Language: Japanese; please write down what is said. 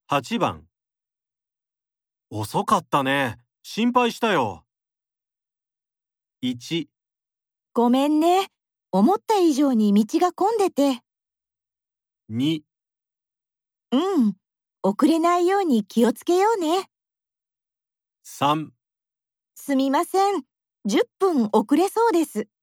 8番。遅かったね。心配したよ。1、 ごめんね。思った以上に道が混んでて。 2、 うん。遅れないように気をつけようね。 3 すみません。10分遅れそうです。